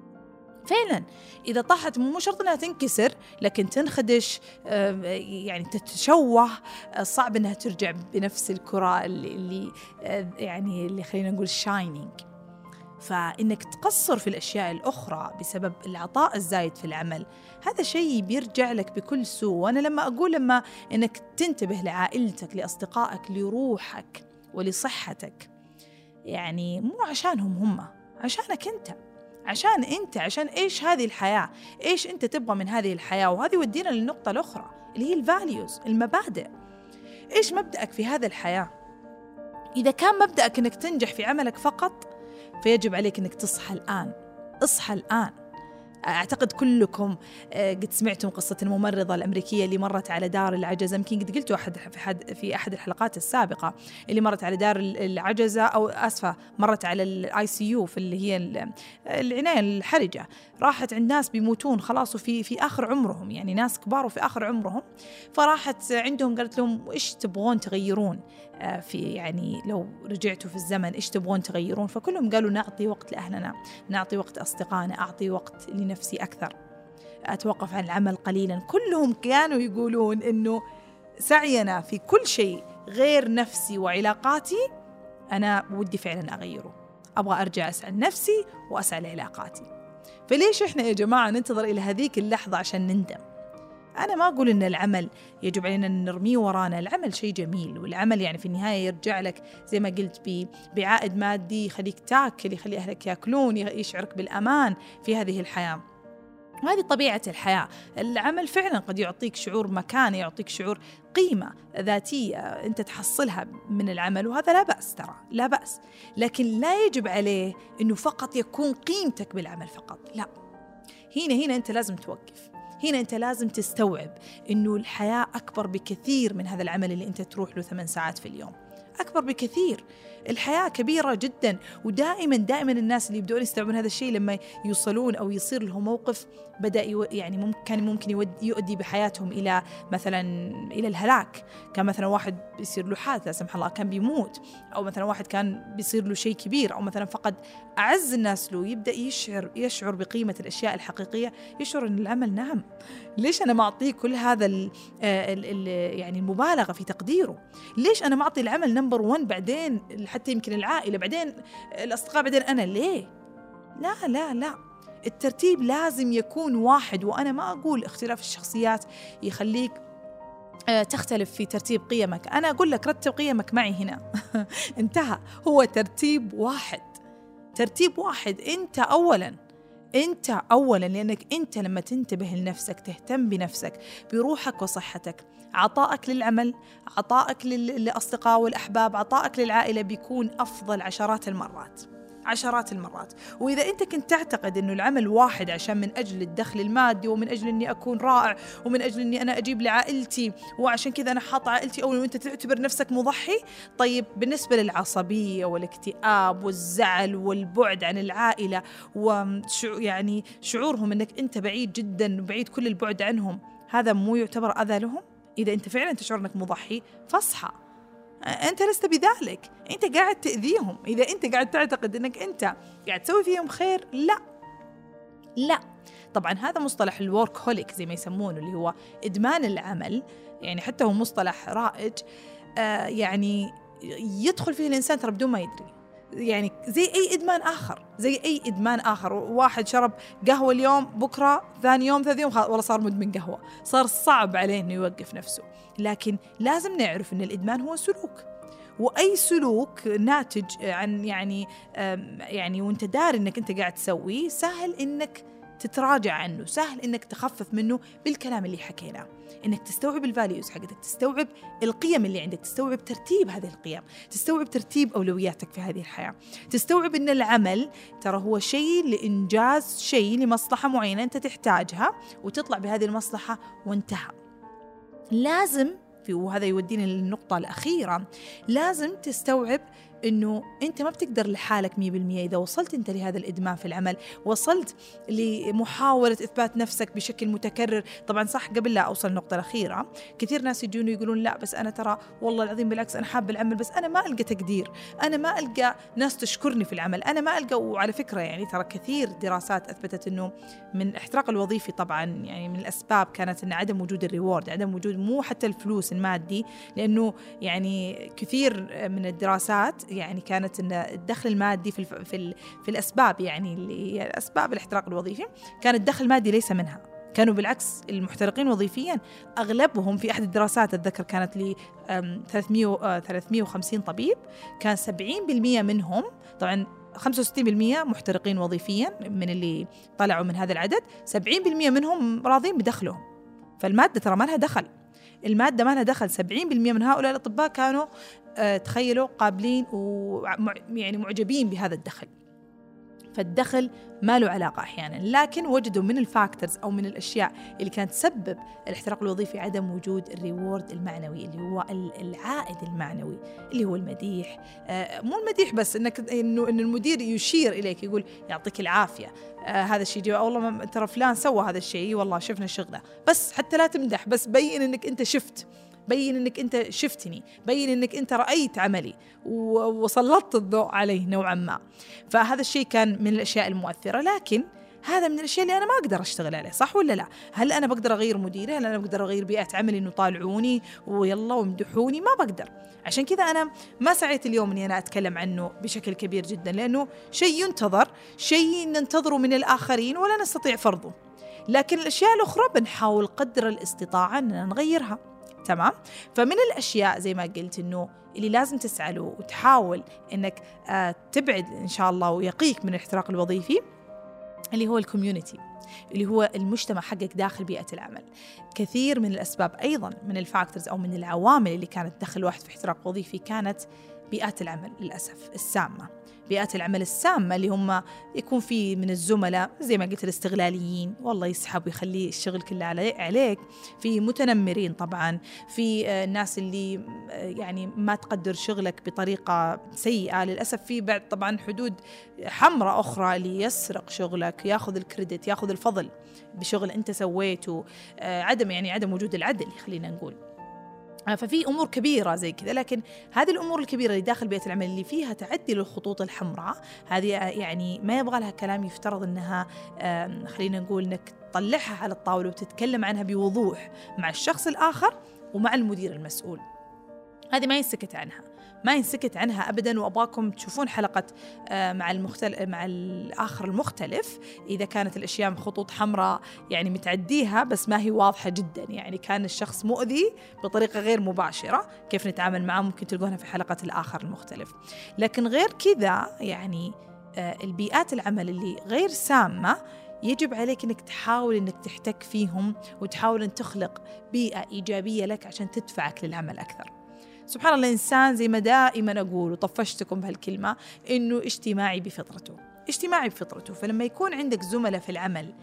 فعلا إذا طاحت مو شرط أنها تنكسر، لكن تنخدش، يعني تتشوه، صعب أنها ترجع بنفس الكرة اللي, اللي يعني اللي خلينا نقول شاينينج. فإنك تقصر في الأشياء الأخرى بسبب العطاء الزايد في العمل، هذا شيء بيرجع لك بكل سوء. وأنا لما أقول لما إنك تنتبه لعائلتك، لأصدقائك، لروحك ولصحتك، يعني مو عشانهم هم، عشانك أنت، عشان أنت، عشان إيش هذه الحياة، إيش أنت تبغى من هذه الحياة. وهذه ودينا للنقطة الأخرى اللي هي الفاليوز، المبادئ. إيش مبدأك في هذه الحياة؟ إذا كان مبدأك إنك تنجح في عملك فقط، فيجب عليك أنك تصحى الآن. اصحى الآن. أعتقد كلكم قد سمعتم قصة الممرضة الأمريكية اللي مرت على دار العجزة، يمكن قد قلتوا أحد في أحد في أحد الحلقات السابقة، اللي مرت على دار العجزة، أو أسفة مرت على الآي سي يو في اللي هي العناية الحرجة. راحت عند ناس بيموتون خلاص وفي في آخر عمرهم، يعني ناس كبار وفي آخر عمرهم. فراحت عندهم قالت لهم إيش تبغون تغيرون في، يعني لو رجعتوا في الزمن إيش تبغون تغيرون؟ فكلهم قالوا نعطي وقت لأهلنا، نعطي وقت أصدقائنا، أعطي وقت لنفسي أكثر، أتوقف عن العمل قليلا. كلهم كانوا يقولون إنه سعينا في كل شيء غير نفسي وعلاقاتي أنا ودي فعلا أغيره، أبغى أرجع أسعى لنفسي وأسعى لعلاقاتي. فليش إحنا يا جماعة ننتظر إلى هذيك اللحظة عشان نندم؟ أنا ما أقول إن العمل يجب علينا أن نرميه ورانا، العمل شيء جميل، والعمل يعني في النهاية يرجع لك زي ما قلت بعائد مادي، يخليك تاكل، يخلي أهلك يأكلون، يشعرك بالأمان في هذه الحياة. وهذه طبيعة الحياة. العمل فعلا قد يعطيك شعور مكانة، يعطيك شعور قيمة ذاتية أنت تحصلها من العمل، وهذا لا بأس، ترى لا بأس، لكن لا يجب عليه أنه فقط يكون قيمتك بالعمل فقط، لا. هنا هنا أنت لازم توقف، هنا أنت لازم تستوعب أنه الحياة أكبر بكثير من هذا العمل اللي أنت تروح له ثمان ساعات في اليوم، أكبر بكثير. الحياة كبيرة جدا، ودائما دائما الناس اللي يبدؤون يستوعبون هذا الشيء لما يوصلون أو يصير لهم موقف بدأ يو يعني ممكن كان ممكن يؤدي بحياتهم إلى مثلا إلى الهلاك، كان مثلا واحد بيصير له حادث لا سمح الله كان بيموت، أو مثلا واحد كان بيصير له شيء كبير، أو مثلا فقد أعز الناس له، يبدأ يشعر يشعر بقيمة الأشياء الحقيقية، يشعر إن العمل نعم ليش أنا ما أعطيه كل هذا ال ال ال يعني المبالغة في تقديره؟ ليش أنا ما أعطي العمل نمبر ون، بعدين حتى يمكن العائلة، بعدين الأصدقاء، بعدين أنا؟ ليه؟ لا لا لا، الترتيب لازم يكون واحد. وأنا ما أقول اختلاف الشخصيات يخليك تختلف في ترتيب قيمك، أنا أقول لك رتب قيمك معي هنا انتهى، هو ترتيب واحد، ترتيب واحد. أنت أولاً، أنت أولاً، لأنك أنت لما تنتبه لنفسك، تهتم بنفسك، بروحك وصحتك، عطائك للعمل، عطائك للأصدقاء والأحباب، عطائك للعائلة بيكون أفضل عشرات المرات، عشرات المرات. وإذا أنت كنت تعتقد أنه العمل واحد عشان من أجل الدخل المادي، ومن أجل أني أكون رائع، ومن أجل أني أنا أجيب لعائلتي، وعشان كذا أنا حاطة عائلتي أولا، وأنت تعتبر نفسك مضحي، طيب بالنسبة للعصبية والاكتئاب والزعل والبعد عن العائلة، ويعني شعورهم أنك أنت بعيد جدا وبعيد كل البعد عنهم، هذا مو يعتبر أذى لهم؟ إذا أنت فعلا تشعر أنك مضحي فاصحى، أنت لست بذلك، أنت قاعد تأذيهم. إذا أنت قاعد تعتقد أنك أنت قاعد تسوي فيهم خير، لا لا. طبعا هذا مصطلح الورك هوليك زي ما يسمونه، اللي هو إدمان العمل، يعني حتى هو مصطلح رائج، آه يعني يدخل فيه الإنسان ترى بدون ما يدري، يعني زي أي إدمان آخر، زي أي إدمان آخر. واحد شرب قهوة اليوم، بكرة ثاني يوم ثاني يوم والله صار مدمن قهوة، صار صعب عليه إنه يوقف نفسه. لكن لازم نعرف إن الإدمان هو سلوك، وأي سلوك ناتج عن يعني يعني وأنت داري إنك أنت قاعد تسويه، سهل إنك تتراجع عنه، سهل إنك تخفف منه بالكلام اللي حكيناه، إنك تستوعب الفاليوز حقتك، تستوعب القيم اللي عندك، تستوعب ترتيب هذه القيم، تستوعب ترتيب أولوياتك في هذه الحياة، تستوعب إن العمل ترى هو شيء لإنجاز شيء لمصلحة معينة أنت تحتاجها، وتطلع بهذه المصلحة وانتهى. لازم في، وهذا يودينا للنقطة الأخيرة، لازم تستوعب إنه أنت ما بتقدر لحالك مية بالمية. إذا وصلت أنت لهذا الإدمان في العمل، وصلت لمحاولة إثبات نفسك بشكل متكرر. طبعا صح، قبل لا أوصل النقطة الأخيرة، كثير ناس يجون يقولون لا بس أنا ترى والله العظيم بالعكس أنا حاب العمل، بس أنا ما ألقى تقدير، أنا ما ألقى ناس تشكرني في العمل، أنا ما ألقى. وعلى فكرة يعني ترى كثير دراسات أثبتت إنه من الاحتراق الوظيفي طبعا يعني من الأسباب كانت إن عدم وجود الريورد، عدم وجود مو حتى الفلوس المادي، لأنه يعني كثير من الدراسات يعني كانت إن الدخل المادي في الف... في, ال... في الأسباب، يعني اللي أسباب الاحتراق الوظيفي، كان الدخل المادي ليس منها. كانوا بالعكس المحترقين وظيفيا أغلبهم في أحد الدراسات أتذكر كانت ل ثلاثمية وخمسين طبيب، كان سبعين بالمية منهم، طبعا خمسة وستين بالمية محترقين وظيفيا من اللي طلعوا من هذا العدد، سبعين بالمية منهم راضين بدخلهم. فالمادة ترى ما لها دخل، المادة ما لها دخل. سبعين بالمية من هؤلاء الأطباء كانوا أه تخيلوا قابلين ويعني معجبين بهذا الدخل. فالدخل ما له علاقة أحيانا، لكن وجدوا من الفاكتورز أو من الأشياء اللي كانت تسبب الاحتراق الوظيفي عدم وجود الريورد المعنوي، اللي هو العائد المعنوي، اللي هو المديح. آه مو المديح بس، إنك إنه إن المدير يشير إليك يقول يعطيك العافية، آه هذا الشيء جوا والله ترى فلان سوى هذا الشيء والله شفنا شغله، بس حتى لا تمدح، بس بين إنك أنت شفت، بين إنك أنت شفتني، بين إنك أنت رأيت عملي وسلطت الضوء عليه نوعا ما. فهذا الشيء كان من الأشياء المؤثرة. لكن هذا من الأشياء اللي أنا ما أقدر أشتغل عليه، صح ولا لا؟ هل أنا بقدر أغير مديري؟ هل أنا بقدر أغير بيئة عملي إنه طالعوني ويلا ومدحوني؟ ما بقدر. عشان كذا أنا ما سعيت اليوم إني أنا أتكلم عنه بشكل كبير جدا، لأنه شيء ينتظر، شيء ننتظره من الآخرين ولا نستطيع فرضه. لكن الأشياء الأخرى بنحاول قدر الاستطاعة أننا نغيرها. تمام؟ فمن الأشياء زي ما قلت إنه اللي لازم تسعى له وتحاول إنك آه تبعد إن شاء الله ويقيك من الاحتراق الوظيفي، اللي هو الكوميونيتي، اللي هو المجتمع حقك داخل بيئة العمل. كثير من الأسباب أيضا من الفاكتورز أو من العوامل اللي كانت تدخل الواحد في احتراق وظيفي كانت بيئات العمل للأسف السامة. بيئات العمل السامة اللي هم يكون في من الزملاء زي ما قلت الاستغلاليين، والله يسحب ويخلي الشغل كله عليك، في متنمرين طبعا، في الناس اللي يعني ما تقدر شغلك بطريقة سيئة للأسف، في بعد طبعا حدود حمراء أخرى اللي يسرق شغلك، ياخذ الكريدت، ياخذ الفضل بشغل أنت سويته، عدم يعني عدم وجود العدل خلينا نقول. ففي أمور كبيرة زي كذا، لكن هذه الأمور الكبيرة اللي داخل بيئة العمل اللي فيها تعدي للخطوط الحمراء هذه يعني ما يبغى لها كلام، يفترض أنها خلينا نقول أنك تطلعها على الطاولة وتتكلم عنها بوضوح مع الشخص الآخر ومع المدير المسؤول. هذه ما ينسكت عنها، ما ينسكت عنها أبدا. وأبغاكم تشوفون حلقة مع المختلف مع الآخر المختلف إذا كانت الأشياء خطوط حمراء يعني متعديها بس ما هي واضحة جدا، يعني كان الشخص مؤذي بطريقة غير مباشرة، كيف نتعامل معه ممكن تلقونها في حلقة الآخر المختلف. لكن غير كذا يعني البيئات العمل اللي غير سامة يجب عليك أنك تحاول أنك تحتك فيهم وتحاول أن تخلق بيئة إيجابية لك عشان تدفعك للعمل أكثر. سبحان الله، الإنسان زي ما دائما أقول وطفشتكم بهالكلمة إنه اجتماعي بفطرته، اجتماعي بفطرته. فلما يكون عندك زملاء في العمل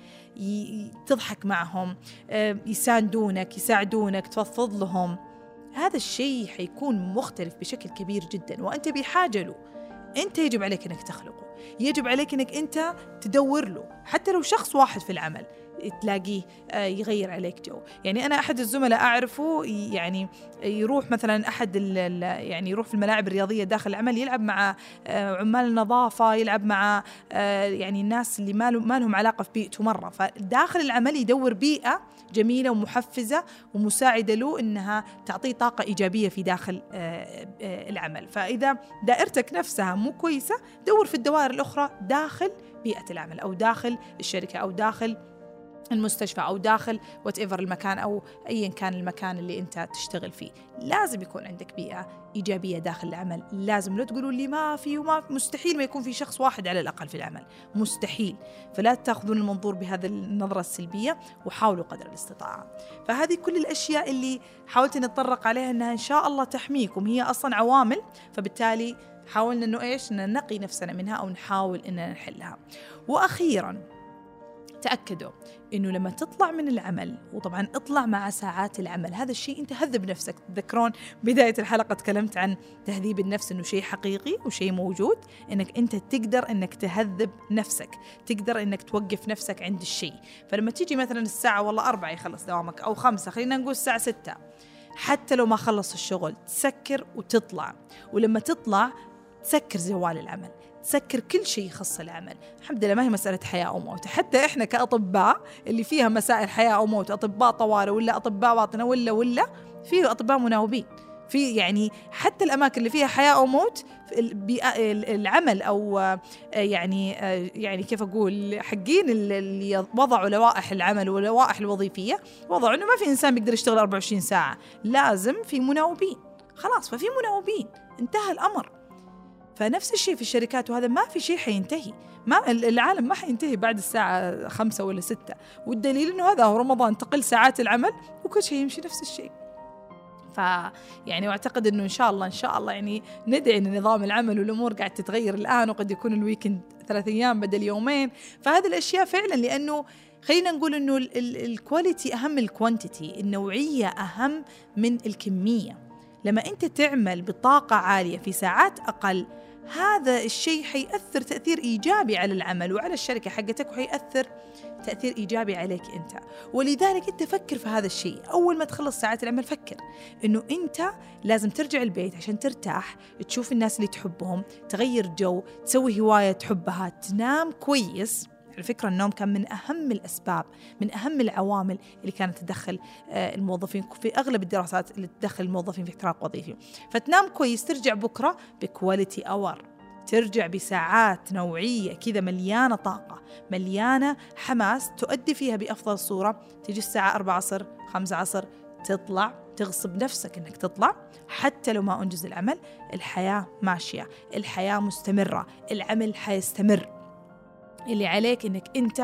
تضحك معهم، يساندونك، يساعدونك، تفضفض لهم، هذا الشيء حيكون مختلف بشكل كبير جدا، وأنت بحاجة له. أنت يجب عليك أنك تخلقه، يجب عليك أنك أنت تدور له، حتى لو شخص واحد في العمل تلاقيه يغير عليك جو. يعني أنا أحد الزملاء أعرفه يعني يروح مثلا أحد يعني يروح في الملاعب الرياضية داخل العمل، يلعب مع عمال النظافة، يلعب مع يعني الناس اللي ما لهم علاقة في بيئته مرة. فداخل العمل يدور بيئة جميلة ومحفزة ومساعدة له إنها تعطيه طاقة إيجابية في داخل العمل. فإذا دائرتك نفسها مو كويسة، دور في الدوائر الأخرى داخل بيئة العمل أو داخل الشركة أو داخل المستشفى أو داخل whatever المكان أو أيا كان المكان اللي أنت تشتغل فيه. لازم يكون عندك بيئة إيجابية داخل العمل، لازم. لا تقولوا لي ما في وما مستحيل ما يكون في شخص واحد على الأقل في العمل، مستحيل. فلا تأخذون المنظور بهذا النظرة السلبية وحاولوا قدر الاستطاعة. فهذه كل الأشياء اللي حاولت نتطرق عليها أنها إن شاء الله تحميكم، هي أصلا عوامل، فبالتالي حاولنا أنه إيش ننقي نفسنا منها أو نحاول أننا نحلها. وأخيرا تأكدوا إنه لما تطلع من العمل، وطبعا اطلع مع ساعات العمل، هذا الشيء أنت هذب نفسك. تذكرون بداية الحلقة تكلمت عن تهذيب النفس، إنه شيء حقيقي وشيء موجود، إنك أنت تقدر إنك تهذب نفسك، تقدر إنك توقف نفسك عند الشيء. فلما تيجي مثلا الساعة والله أربعة يخلص دوامك أو خمسة، خلينا نقول الساعة ستة، حتى لو ما خلص الشغل تسكر وتطلع. ولما تطلع تسكر زوال العمل، تسكر كل شيء يخص العمل. الحمد لله ما هي مسألة حياة أو موت. حتى إحنا كأطباء اللي فيها مسائل حياة أو موت، أطباء طوارئ ولا أطباء باطنة ولا ولا في أطباء مناوبين، في يعني حتى الأماكن اللي فيها حياة أو موت العمل أو يعني يعني كيف أقول حقين اللي وضعوا لوائح العمل ولوائح الوظيفية، وضعوا إنه ما في إنسان بيقدر يشتغل أربعة وعشرين ساعة، لازم في مناوبين. خلاص، ففي مناوبين، انتهى الأمر. فنفس الشيء في الشركات، وهذا ما في شيء حينتهي، ما العالم ما حينتهي بعد الساعة خمسة ولا ستة. والدليل إنه هذا هو رمضان، تقل ساعات العمل وكل شيء يمشي نفس الشيء. فيعني واعتقد إنه إن شاء الله إن شاء الله يعني ندعي إن نظام العمل والأمور قاعد تتغير الآن، وقد يكون الويكند ثلاث أيام بدل يومين. فهذه الأشياء فعلا، لأنه خلينا نقول إنه الكواليتي أهم من الكوانتيتي، النوعية أهم من الكمية. لما أنت تعمل بطاقة عالية في ساعات أقل، هذا الشيء حيأثر تأثير إيجابي على العمل وعلى الشركة حقتك، وحيأثر تأثير إيجابي عليك أنت. ولذلك أنت فكر في هذا الشيء. أول ما تخلص ساعات العمل فكر إنه أنت لازم ترجع البيت عشان ترتاح، تشوف الناس اللي تحبهم، تغير جو، تسوي هواية تحبها، تنام كويس. على فكرة النوم كان من أهم الأسباب، من أهم العوامل اللي كانت تدخل الموظفين في أغلب الدراسات اللي تدخل الموظفين في احتراق وظيفي. فتنام كويس، ترجع بكرة بكواليتي أور، ترجع بساعات نوعية كذا مليانة طاقة، مليانة حماس، تؤدي فيها بأفضل صورة. تيجي الساعة أربعة عصر، خمسة عصر، تطلع، تغصب نفسك أنك تطلع، حتى لو ما أنجز العمل. الحياة ماشية، الحياة مستمرة، العمل حيستمر. اللي عليك أنك أنت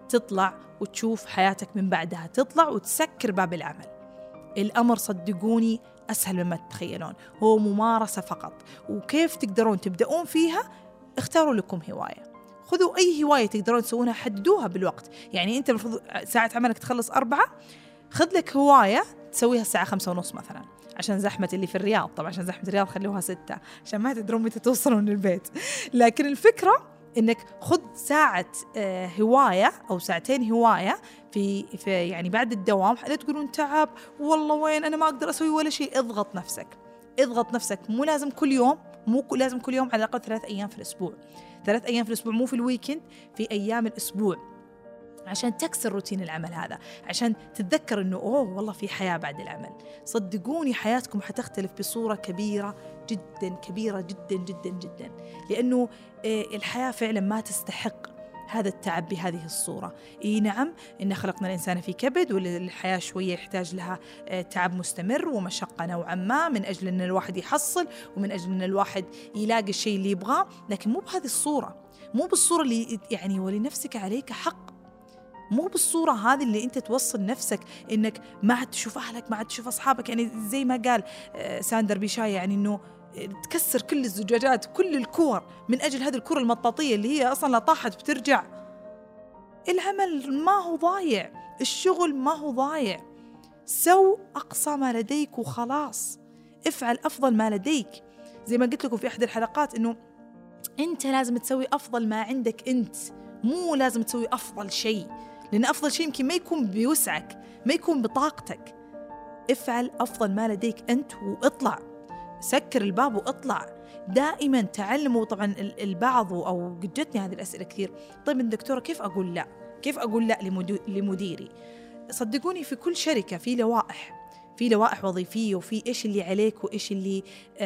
تطلع وتشوف حياتك من بعدها تطلع وتسكر باب العمل. الأمر صدقوني أسهل مما تتخيلون، هو ممارسة فقط. وكيف تقدرون تبدأون فيها؟ اختاروا لكم هواية، خذوا أي هواية تقدرون تسوونها، حددوها بالوقت. يعني أنت المفروض ساعة عملك تخلص أربعة، خذ لك هواية تسويها الساعة خمسة ونص مثلا، عشان زحمة اللي في الرياض. طبعا عشان زحمة الرياض خلوها ستة عشان ما تدرون متى توصلون البيت. لكن الفكرة إنك خذ ساعة هواية أو ساعتين هواية في, في يعني بعد الدوام. لا تقولون تعب والله وين أنا ما أقدر أسوي ولا شيء. اضغط نفسك، اضغط نفسك. مو لازم كل يوم، مو لازم كل يوم، على الأقل ثلاث أيام في الأسبوع. ثلاث أيام في الأسبوع، مو في الويكند، في أيام الأسبوع، عشان تكسر روتين العمل هذا، عشان تتذكر إنه أوه والله في حياة بعد العمل. صدقوني حياتكم حتختلف بصورة كبيرة جدا، كبيرة جدا جدا جدا، لأنه الحياة فعلا ما تستحق هذا التعب بهذه الصورة. إيه نعم، إن خلقنا الإنسان في كبد، والحياة شوية يحتاج لها تعب مستمر ومشقة نوعا ما، من أجل أن الواحد يحصل ومن أجل أن الواحد يلاقي الشيء اللي يبغاه، لكن مو بهذه الصورة، مو بالصورة اللي يعني ولنفسك عليك حق، مو بالصورة هذه اللي أنت توصل نفسك إنك ما عاد تشوف أهلك، ما عاد تشوف أصحابك. يعني زي ما قال ساندر بيشاي، يعني إنه تكسر كل الزجاجات كل الكور من أجل هذه الكرة المطاطية اللي هي أصلا لا طاحت بترجع. العمل ما هو ضايع، الشغل ما هو ضايع. سو أقصى ما لديك وخلاص، افعل أفضل ما لديك. زي ما قلت لكم في أحد الحلقات إنه أنت لازم تسوي أفضل ما عندك أنت، مو لازم تسوي أفضل شيء، لأن أفضل شيء يمكن ما يكون بوسعك، ما يكون بطاقتك. افعل أفضل ما لديك أنت واطلع، سكر الباب واطلع. دائما تعلموا. طبعا البعض أو قد جتني هذه الأسئلة كثير، طيب الدكتورة كيف أقول لا؟ كيف أقول لا لمديري؟ صدقوني في كل شركة في لوائح، في لوائح وظيفية، وفي إيش اللي عليك وإيش اللي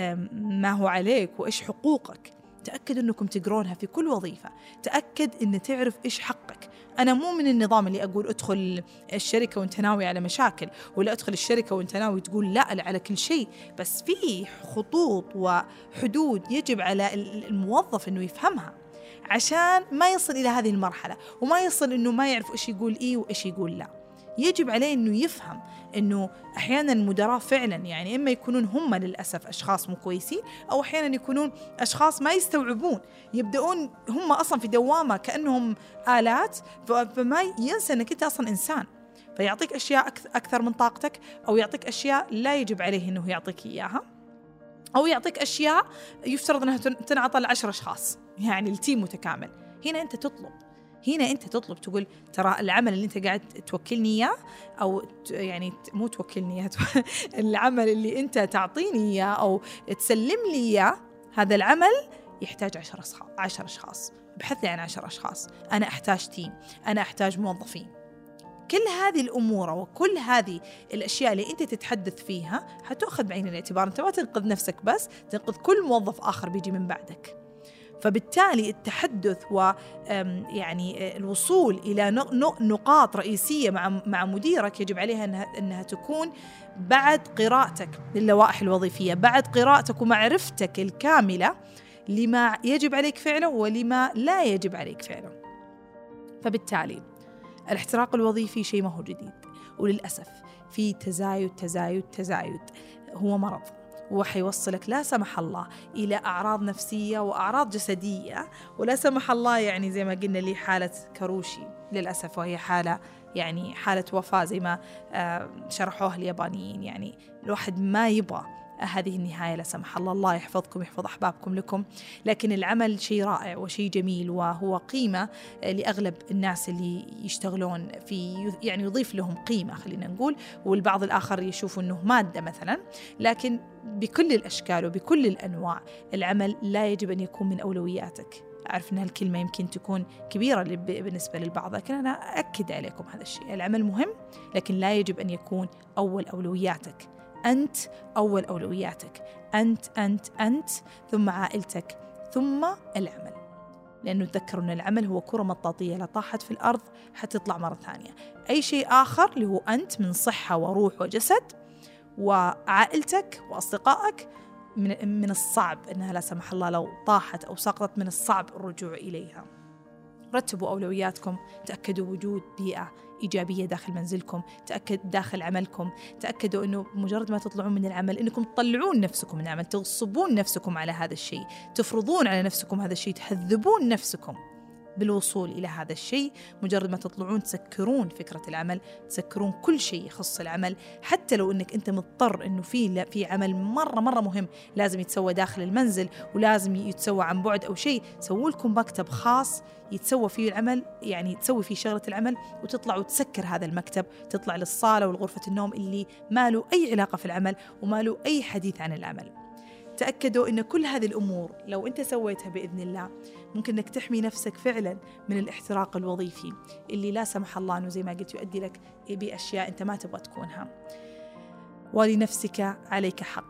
ما هو عليك وإيش حقوقك. تأكد أنكم تقرونها في كل وظيفة، تأكد أن تعرف إيش حقك. أنا مو من النظام اللي أقول أدخل الشركة وانت ناوي على مشاكل، ولا أدخل الشركة وانت ناوي تقول لا على كل شيء، بس في خطوط وحدود يجب على الموظف أنه يفهمها عشان ما يصل إلى هذه المرحلة، وما يصل أنه ما يعرف إيش يقول إيه وإيش يقول لا. يجب عليه أنه يفهم أنه أحيانا المدراء فعلا يعني إما يكونون هم للأسف أشخاص مو كويسين، أو أحيانا يكونون أشخاص ما يستوعبون، يبدأون هم أصلا في دوامة كأنهم آلات، فما ينسى أنك أنت أصلا إنسان، فيعطيك أشياء أكثر من طاقتك، أو يعطيك أشياء لا يجب عليه أنه يعطيك إياها، أو يعطيك أشياء يفترض أنها تنعطى لعشر أشخاص، يعني التيم متكامل. هنا أنت تطلب هنا أنت تطلب تقول ترى العمل اللي أنت قاعد توكلني إياه، أو يعني مو توكلني إياه العمل اللي أنت تعطيني إياه أو تسلم لي إياه، هذا العمل يحتاج عشر أشخاص عشر أشخاص ابحث لي عن عشر أشخاص، أنا أحتاج تيم، أنا أحتاج موظفين. كل هذه الأمور وكل هذه الأشياء اللي أنت تتحدث فيها حتأخذ بعين الاعتبار. أنت ما تنقذ نفسك بس، تنقذ كل موظف آخر بيجي من بعدك. فبالتالي التحدث ويعني الوصول إلى نقاط رئيسية مع مع مديرك يجب عليها أنها, أنها تكون بعد قراءتك للوائح الوظيفية، بعد قراءتك ومعرفتك الكاملة لما يجب عليك فعله ولما لا يجب عليك فعله. فبالتالي الاحتراق الوظيفي شيء ما هو جديد، وللأسف في تزايد تزايد تزايد، هو مرض وحيوصلك لا سمح الله إلى أعراض نفسية وأعراض جسدية، ولا سمح الله يعني زي ما قلنا لي حالة كاروشي للأسف، وهي حالة يعني حالة وفاة زي ما شرحوها اليابانيين. يعني الواحد ما يبغى هذه النهاية لا سمح الله. الله يحفظكم يحفظ أحبابكم لكم، لكن العمل شيء رائع وشيء جميل، وهو قيمة لأغلب الناس اللي يشتغلون في، يعني يضيف لهم قيمة خلينا نقول، والبعض الآخر يشوف أنه مادة مثلا. لكن بكل الأشكال وبكل الأنواع العمل لا يجب أن يكون من أولوياتك. أعرف أن هالكلمة يمكن تكون كبيرة بالنسبة للبعض، لكن أنا أأكد عليكم هذا الشيء. العمل مهم، لكن لا يجب أن يكون أول أولوياتك. أنت أول أولوياتك، أنت أنت أنت ثم عائلتك ثم العمل. لأنه تذكروا أن العمل هو كرة مطاطية، لا طاحت في الأرض حتطلع مرة ثانية. أي شيء آخر اللي هو أنت من صحة وروح وجسد وعائلتك وأصدقائك من من الصعب أنها لا سمح الله لو طاحت أو سقطت من الصعب الرجوع إليها. رتبوا أولوياتكم، تأكدوا وجود بيئة إيجابية داخل منزلكم، تأكد داخل عملكم، تأكدوا أنه مجرد ما تطلعون من العمل أنكم تطلعون نفسكم من العمل، تغصبون نفسكم على هذا الشيء، تفرضون على نفسكم هذا الشيء، تهذبون نفسكم بالوصول إلى هذا الشيء. مجرد ما تطلعون تسكرون فكرة العمل، تسكرون كل شيء يخص العمل، حتى لو أنك أنت مضطر أنه في في عمل مرة مرة مهم لازم يتسوى داخل المنزل ولازم يتسوى عن بعد أو شيء، سووا لكم مكتب خاص يتسوى فيه العمل، يعني تسوي فيه شغلة العمل وتطلع وتسكر هذا المكتب، تطلع للصالة والغرفة النوم اللي ما له أي علاقة في العمل وما له أي حديث عن العمل. تأكدوا أن كل هذه الأمور لو أنت سويتها بإذن الله ممكن أنك تحمي نفسك فعلا من الاحتراق الوظيفي اللي لا سمح الله أنه زي ما قلت يؤدي لك بأشياء أنت ما تبغى تكونها. ولنفسك عليك حق،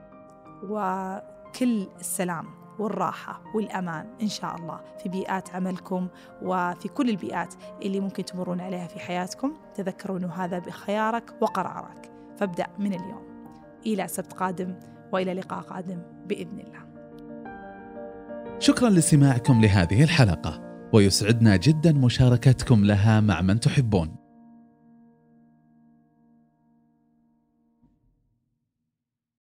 وكل السلام والراحة والأمان إن شاء الله في بيئات عملكم وفي كل البيئات اللي ممكن تمرون عليها في حياتكم. تذكروا أنه هذا بخيارك وقرارك، فابدأ من اليوم. إلى سبت قادم وإلى لقاء قادم بإذن الله. شكرا لاستماعكم لهذه الحلقة، ويسعدنا جدا مشاركتكم لها مع من تحبون.